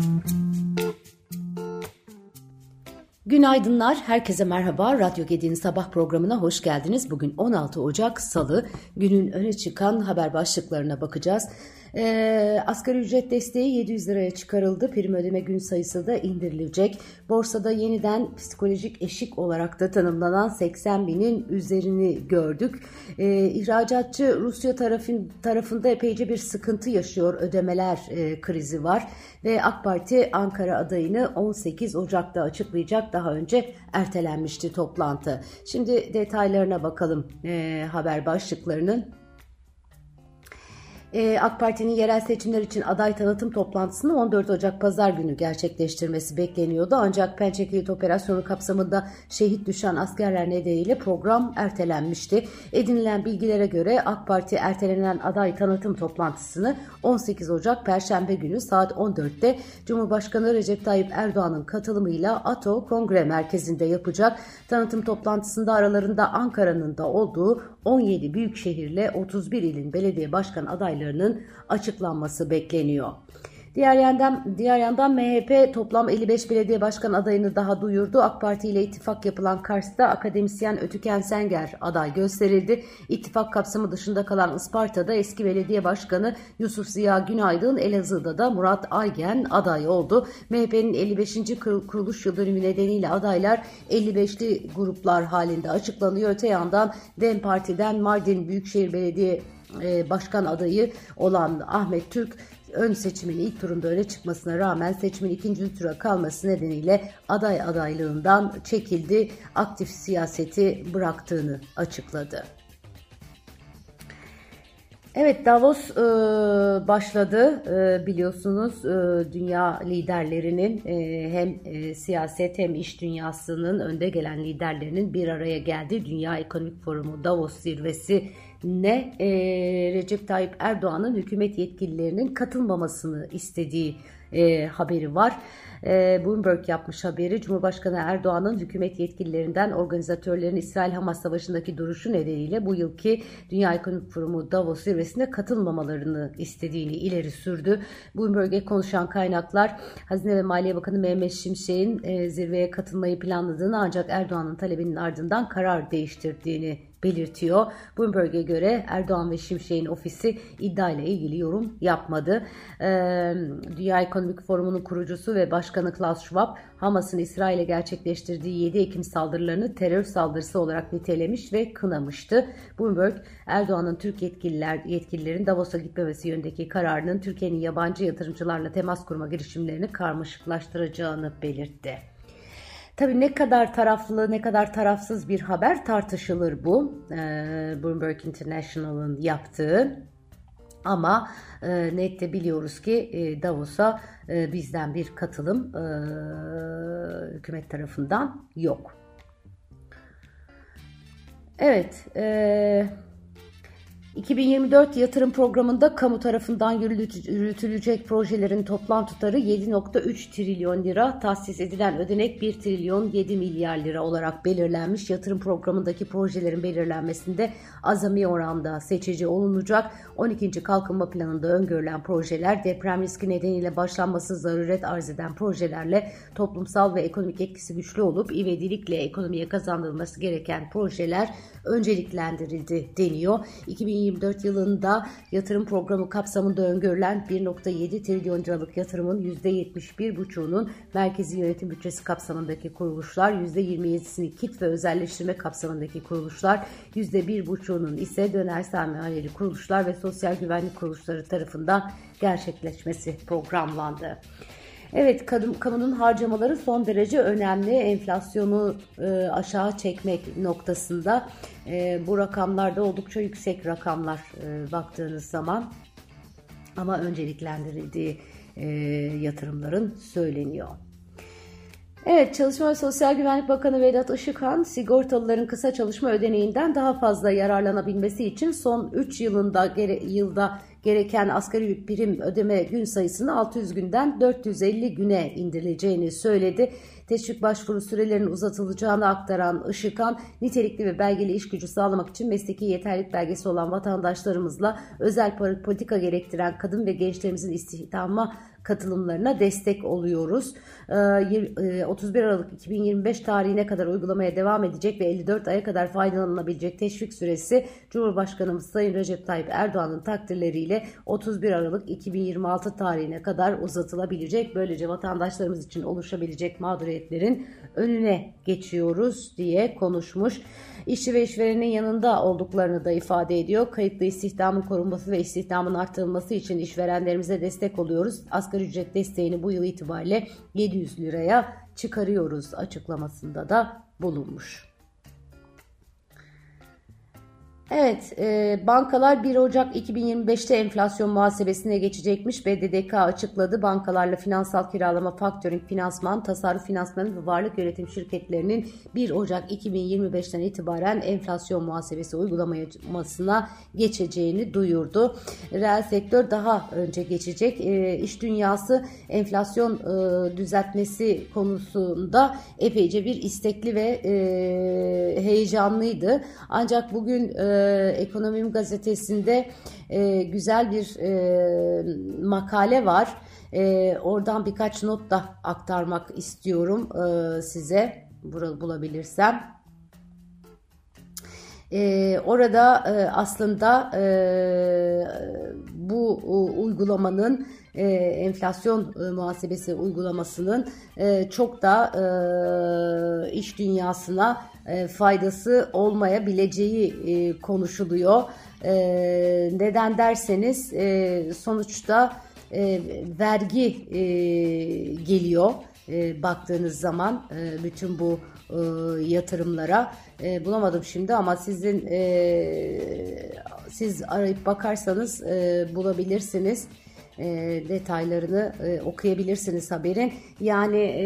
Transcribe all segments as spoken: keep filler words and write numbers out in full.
Günaydınlar, herkese merhaba. Radyo Gedi'nin sabah programına hoş geldiniz. Bugün on altı Ocak Salı, günün öne çıkan haber başlıklarına bakacağız. Ee, asgari ücret desteği yedi yüz liraya çıkarıldı. Prim ödeme gün sayısı da indirilecek. Borsada yeniden psikolojik eşik olarak da tanımlanan seksen binin üzerini gördük. Ee, ihracatçı Rusya tarafın, tarafında epeyce bir sıkıntı yaşıyor. Ödemeler e, krizi var. Ve AK Parti Ankara adayını on sekiz Ocak'ta açıklayacak. Daha önce ertelenmişti toplantı. Şimdi detaylarına bakalım e, haber başlıklarının. AK Parti'nin yerel seçimler için aday tanıtım toplantısını on dört Ocak Pazar günü gerçekleştirmesi bekleniyordu. Ancak Pençe Kilit Operasyonu kapsamında şehit düşen askerler nedeniyle program ertelenmişti. Edinilen bilgilere göre AK Parti ertelenen aday tanıtım toplantısını on sekiz Ocak Perşembe günü saat on dörtte Cumhurbaşkanı Recep Tayyip Erdoğan'ın katılımıyla ATO Kongre Merkezi'nde yapacak. Tanıtım toplantısında aralarında Ankara'nın da olduğu on yedi büyük şehirle otuz bir ilin belediye başkan adayları açıklanması bekleniyor. Diğer yandan, diğer yandan M H P toplam elli beş belediye başkan adayını daha duyurdu. AK Parti ile ittifak yapılan Kars'ta akademisyen Ötüken Senger aday gösterildi. İttifak kapsamı dışında kalan Isparta'da eski belediye başkanı Yusuf Ziya Günaydın, Elazığ'da da Murat Aygen aday oldu. M H P'nin elli beşinci kuruluş yıl dönümü nedeniyle adaylar elli beşli gruplar halinde açıklanıyor. Öte yandan DEM Parti'den Mardin Büyükşehir Belediye Başkan adayı olan Ahmet Türk ön seçimin ilk turunda öne çıkmasına rağmen seçimin ikinci tura kalması nedeniyle aday adaylığından çekildi, aktif siyaseti bıraktığını açıkladı. Evet, Davos e, başladı e, biliyorsunuz e, dünya liderlerinin e, hem e, siyaset hem iş dünyasının önde gelen liderlerinin bir araya geldiği Dünya Ekonomik Forumu Davos zirvesi ne e, Recep Tayyip Erdoğan'ın hükümet yetkililerinin katılmamasını istediği e, haberi var. E, Bloomberg yapmış haberi. Cumhurbaşkanı Erdoğan'ın hükümet yetkililerinden organizatörlerin İsrail-Hamas savaşındaki duruşu nedeniyle bu yılki Dünya Ekonomik Forumu Davos zirvesine katılmamalarını istediğini ileri sürdü. Bloomberg'e konuşan kaynaklar Hazine ve Maliye Bakanı Mehmet Şimşek'in e, zirveye katılmayı planladığını ancak Erdoğan'ın talebinin ardından karar değiştirdiğini belirtiyor. Bloomberg'e göre Erdoğan ve Şimşek'in ofisi iddiayla ilgili yorum yapmadı. Ee, Dünya Ekonomik Forumu'nun kurucusu ve başkanı Klaus Schwab, Hamas'ın İsrail'e gerçekleştirdiği yedi Ekim saldırılarını terör saldırısı olarak nitelemiş ve kınamıştı. Bloomberg, Erdoğan'ın Türk yetkililer, yetkililerin Davos'a gitmemesi yönündeki kararının Türkiye'nin yabancı yatırımcılarla temas kurma girişimlerini karmaşıklaştıracağını belirtti. Tabii ne kadar taraflı, ne kadar tarafsız bir haber tartışılır bu. Ee, Bloomberg International'ın yaptığı. Ama e, net de biliyoruz ki e, Davos'a e, bizden bir katılım e, hükümet tarafından yok. Evet, e, iki bin yirmi dört yatırım programında kamu tarafından yürütülecek projelerin toplam tutarı yedi virgül üç trilyon lira, tahsis edilen ödenek bir trilyon yedi milyar lira olarak belirlenmiş. Yatırım programındaki projelerin belirlenmesinde azami oranda seçici olunacak. on ikinci kalkınma planında öngörülen projeler deprem riski nedeniyle başlanması zaruret arz eden projelerle toplumsal ve ekonomik etkisi güçlü olup ivedilikle ekonomiye kazandırılması gereken projeler önceliklendirildi deniyor. iki bin yirmi dört yılında yatırım programı kapsamında öngörülen bir virgül yedi trilyon liralık yatırımın yüzde yetmiş bir buçuğunun merkezi yönetim bütçesi kapsamındaki kuruluşlar, yüzde yirmi yedisini kit ve özelleştirme kapsamındaki kuruluşlar, yüzde bir buçuğunun ise döner sermayeli kuruluşlar ve sosyal güvenlik kuruluşları tarafından gerçekleşmesi programlandı. Evet, kamunun harcamaları son derece önemli. Enflasyonu e, aşağı çekmek noktasında e, bu rakamlarda oldukça yüksek rakamlar e, baktığınız zaman, ama önceliklendirildiği e, yatırımların söyleniyor. Evet, Çalışma ve Sosyal Güvenlik Bakanı Vedat Işıkhan, sigortalıların kısa çalışma ödeneğinden daha fazla yararlanabilmesi için son üç yılında gere, yılda gereken asgari prim ödeme gün sayısını altı yüz günden dört yüz elli güne indirileceğini söyledi. Teşvik başvuru sürelerinin uzatılacağını aktaran Işıkhan, nitelikli ve belgeli iş gücü sağlamak için mesleki yeterlilik belgesi olan vatandaşlarımızla özel politika gerektiren kadın ve gençlerimizin istihdama katılımlarına destek oluyoruz. otuz bir Aralık iki bin yirmi beş tarihine kadar uygulamaya devam edecek ve elli dört aya kadar faydalanabilecek teşvik süresi Cumhurbaşkanımız Sayın Recep Tayyip Erdoğan'ın takdirleriyle otuz bir Aralık iki bin yirmi altı tarihine kadar uzatılabilecek. Böylece vatandaşlarımız için oluşabilecek mağduriyetlerin önüne geçiyoruz diye konuşmuş. İşçi ve işverenin yanında olduklarını da ifade ediyor. Kayıtlı istihdamın korunması ve istihdamın artırılması için işverenlerimize destek oluyoruz. Asgari ücret desteğini bu yıl itibariyle yedi yüz liraya çıkarıyoruz açıklamasında da bulunmuş. Evet, e, bankalar bir Ocak iki bin yirmi beşte enflasyon muhasebesine geçecekmiş. B D D K açıkladı. Bankalarla finansal kiralama, faktörink, finansman, tasarruf finansmanı ve varlık yönetim şirketlerinin bir Ocak iki bin yirmi beşten itibaren enflasyon muhasebesi uygulamasına geçeceğini duyurdu. Reel sektör daha önce geçecek. E, iş dünyası enflasyon e, düzeltmesi konusunda epeyce bir istekli ve e, heyecanlıydı. Ancak bugün e, Ekonomim gazetesinde e, güzel bir e, makale var. E, oradan birkaç not da aktarmak istiyorum e, size, burada bulabilirsem. E, orada e, aslında e, bu uygulamanın e, enflasyon e, muhasebesi uygulamasının e, çok da e, iş dünyasına e, faydası olmayabileceği e, konuşuluyor. E, neden derseniz e, sonuçta e, vergi e, geliyor e, baktığınız zaman e, bütün bu e, yatırımlara. E, bulamadım şimdi ama sizin e, siz arayıp bakarsanız e, bulabilirsiniz. E, detaylarını e, okuyabilirsiniz haberin. Yani e,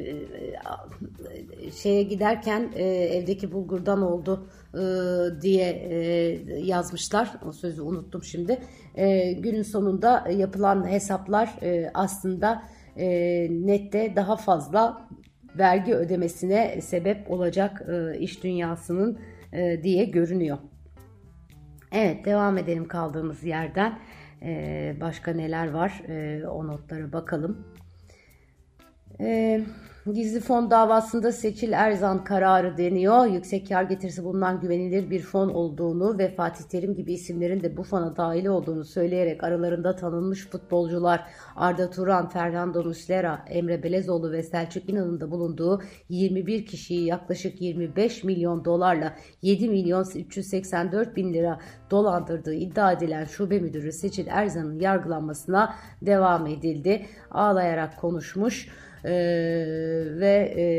şeye giderken e, evdeki bulgurdan oldu e, diye e, yazmışlar. O sözü unuttum şimdi. E, günün sonunda yapılan hesaplar e, aslında e, nette daha fazla vergi ödemesine sebep olacak e, iş dünyasının e, diye görünüyor. Evet, devam edelim kaldığımız yerden. Ee, başka neler var? Ee, o notlara bakalım. Ee, Gizli fon davasında Seçil Erzan kararı deniyor. Yüksek kar getirisi bulunan güvenilir bir fon olduğunu ve Fatih Terim gibi isimlerin de bu fona dahil olduğunu söyleyerek aralarında tanınmış futbolcular Arda Turan, Fernando Muslera, Emre Belezoğlu ve Selçuk İnan'ın da bulunduğu yirmi bir kişiyi yaklaşık yirmi beş milyon dolarla yedi milyon üç yüz seksen dört bin lira dolandırdığı iddia edilen şube müdürü Seçil Erzan'ın yargılanmasına devam edildi. Ağlayarak konuşmuş. Ee, ve e,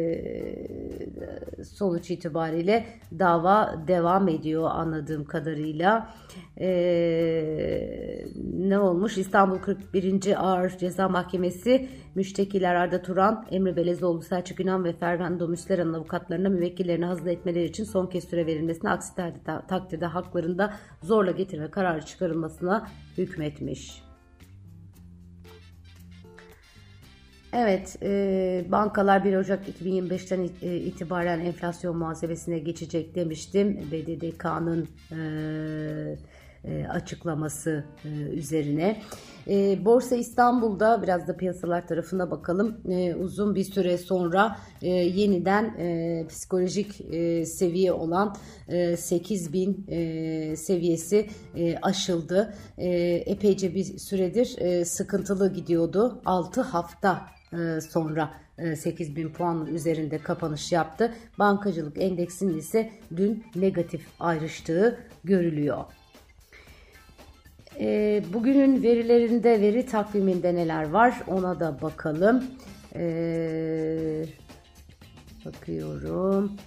sonuç itibariyle dava devam ediyor anladığım kadarıyla. Ee, ne olmuş? İstanbul kırk birinci Ağır Ceza Mahkemesi müştekiler Arda Turan, Emre Belezoğlu, Selçuk İnan ve Fernando Muslera'nın avukatlarına müvekkillerini hazır etmeleri için son kez süre verilmesine, aksi takdirde haklarında zorla getirme kararı çıkarılmasına hükmetmiş. Evet, e, bankalar bir Ocak iki bin yirmi beşten itibaren enflasyon muhasebesine geçecek demiştim. B D D K'nın e, e, açıklaması e, üzerine. E, Borsa İstanbul'da biraz da piyasalar tarafına bakalım. E, uzun bir süre sonra e, yeniden e, psikolojik e, seviye olan e, sekiz bin e, seviyesi e, aşıldı. E, epeyce bir süredir e, sıkıntılı gidiyordu. altı hafta sonra sekiz bin puan üzerinde kapanış yaptı. Bankacılık endeksinin ise dün negatif ayrıştığı görülüyor. Bugünün verilerinde, veri takviminde neler var ona da bakalım. Bakıyorum.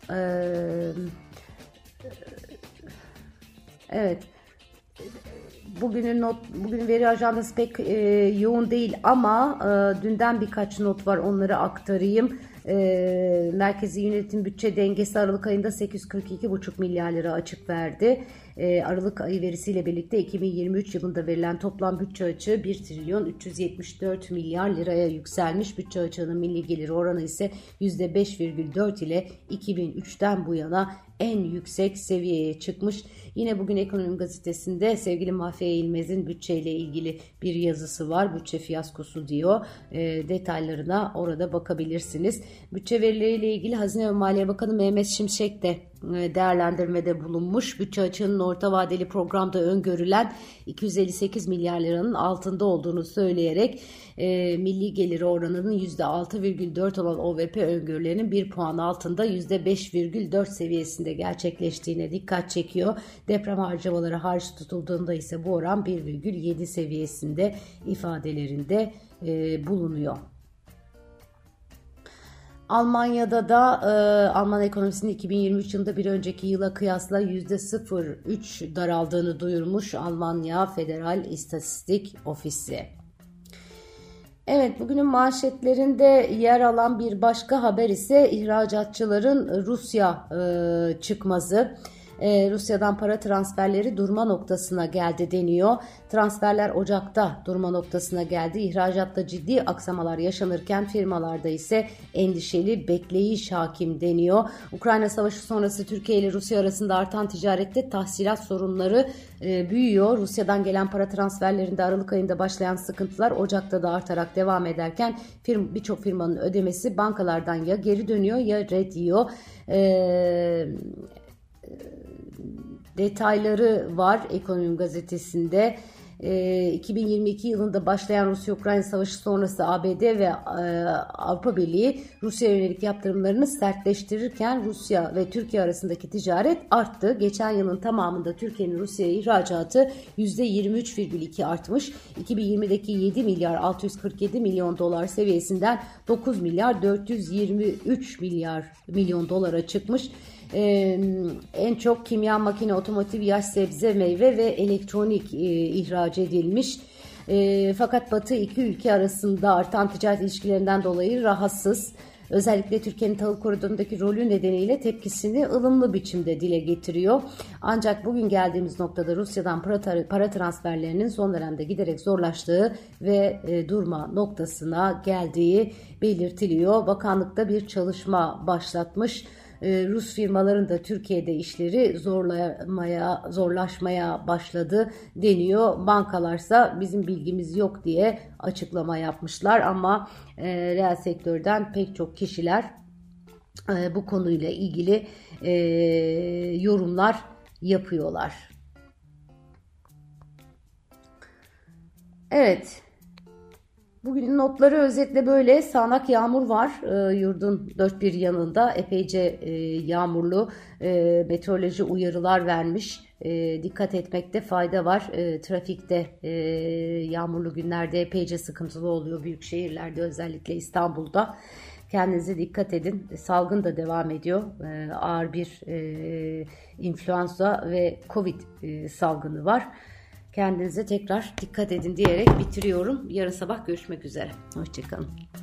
Evet. Bugünün not, bugün veri ajandası pek e, yoğun değil ama e, dünden birkaç not var, onları aktarayım. E, Merkezi Yönetim Bütçe Dengesi Aralık ayında sekiz yüz kırk iki buçuk milyar lira açık verdi. E, Aralık ayı verisiyle birlikte iki bin yirmi üç yılında verilen toplam bütçe açığı bir trilyon üç yüz yetmiş dört milyar liraya yükselmiş. Bütçe açığının milli gelir oranı ise yüzde beş virgül dört ile iki bin üçten bu yana en yüksek seviyeye çıkmış. Yine bugün Ekonomi Gazetesi'nde sevgili Mahfiye İlmez'in bütçeyle ilgili bir yazısı var. Bütçe fiyaskosu diyor. E, detaylarına orada bakabilirsiniz. Bütçe verileriyle ilgili Hazine ve Maliye Bakanı Mehmet Şimşek de değerlendirmede bulunmuş. Bütçe açığının orta vadeli programda öngörülen iki yüz elli sekiz milyar liranın altında olduğunu söyleyerek e, milli geliri oranının yüzde altı virgül dört olan O V P öngörülerinin bir puan altında yüzde beş virgül dört seviyesinde gerçekleştiğine dikkat çekiyor. Deprem harcamaları hariç tutulduğunda ise bu oran bir virgül yedi seviyesinde ifadelerinde e, bulunuyor. Almanya'da da e, Alman ekonomisinin iki bin yirmi üç yılında bir önceki yıla kıyasla yüzde sıfır virgül üç daraldığını duyurmuş Almanya Federal İstatistik Ofisi. Evet, bugünün manşetlerinde yer alan bir başka haber ise ihracatçıların Rusya e, çıkmazı. Ee, Rusya'dan para transferleri durma noktasına geldi deniyor. Transferler Ocak'ta durma noktasına geldi. İhracatta ciddi aksamalar yaşanırken firmalarda ise endişeli bekleyiş hakim deniyor. Ukrayna Savaşı sonrası Türkiye ile Rusya arasında artan ticarette tahsilat sorunları e, büyüyor. Rusya'dan gelen para transferlerinde Aralık ayında başlayan sıkıntılar Ocak'ta da artarak devam ederken firm, birçok firmanın ödemesi bankalardan ya geri dönüyor ya red yiyor. Eee Detayları var Ekonomi Gazetesi'nde. E, iki bin yirmi iki yılında başlayan Rusya-Ukrayna Savaşı sonrası A B D ve e, Avrupa Birliği Rusya'ya yönelik yaptırımlarını sertleştirirken Rusya ve Türkiye arasındaki ticaret arttı. Geçen yılın tamamında Türkiye'nin Rusya'ya ihracatı yüzde yirmi üç virgül iki artmış. iki bin yirmideki yedi milyar altı yüz kırk yedi milyon dolar seviyesinden dokuz milyar dört yüz yirmi üç milyar milyon dolara çıkmış. Ee, en çok kimya, makine, otomotiv, yaş, sebze, meyve ve elektronik e, ihraç edilmiş. E, fakat Batı iki ülke arasında artan ticaret ilişkilerinden dolayı rahatsız. Özellikle Türkiye'nin tahıl koridorundaki rolü nedeniyle tepkisini ılımlı biçimde dile getiriyor. Ancak bugün geldiğimiz noktada Rusya'dan para, para transferlerinin son dönemde giderek zorlaştığı ve e, durma noktasına geldiği belirtiliyor. Bakanlıkta bir çalışma başlatmış. Rus firmaların da Türkiye'de işleri zorlamaya, zorlaşmaya başladı deniyor. Bankalarsa bizim bilgimiz yok diye açıklama yapmışlar ama e, reel sektörden pek çok kişiler e, bu konuyla ilgili e, yorumlar yapıyorlar. Evet. Bugünün notları özetle böyle. Sağanak yağmur var e, yurdun dört bir yanında. Epeyce e, yağmurlu. E, meteoroloji uyarılar vermiş. E, dikkat etmekte fayda var. E, trafikte e, yağmurlu günlerde epeyce sıkıntılı oluyor. Büyük şehirlerde, özellikle İstanbul'da. Kendinize dikkat edin. Salgın da devam ediyor. E, ağır bir e, influenza ve Covid e, salgını var. Kendinize tekrar dikkat edin diyerek bitiriyorum. Yarın sabah görüşmek üzere. Hoşçakalın.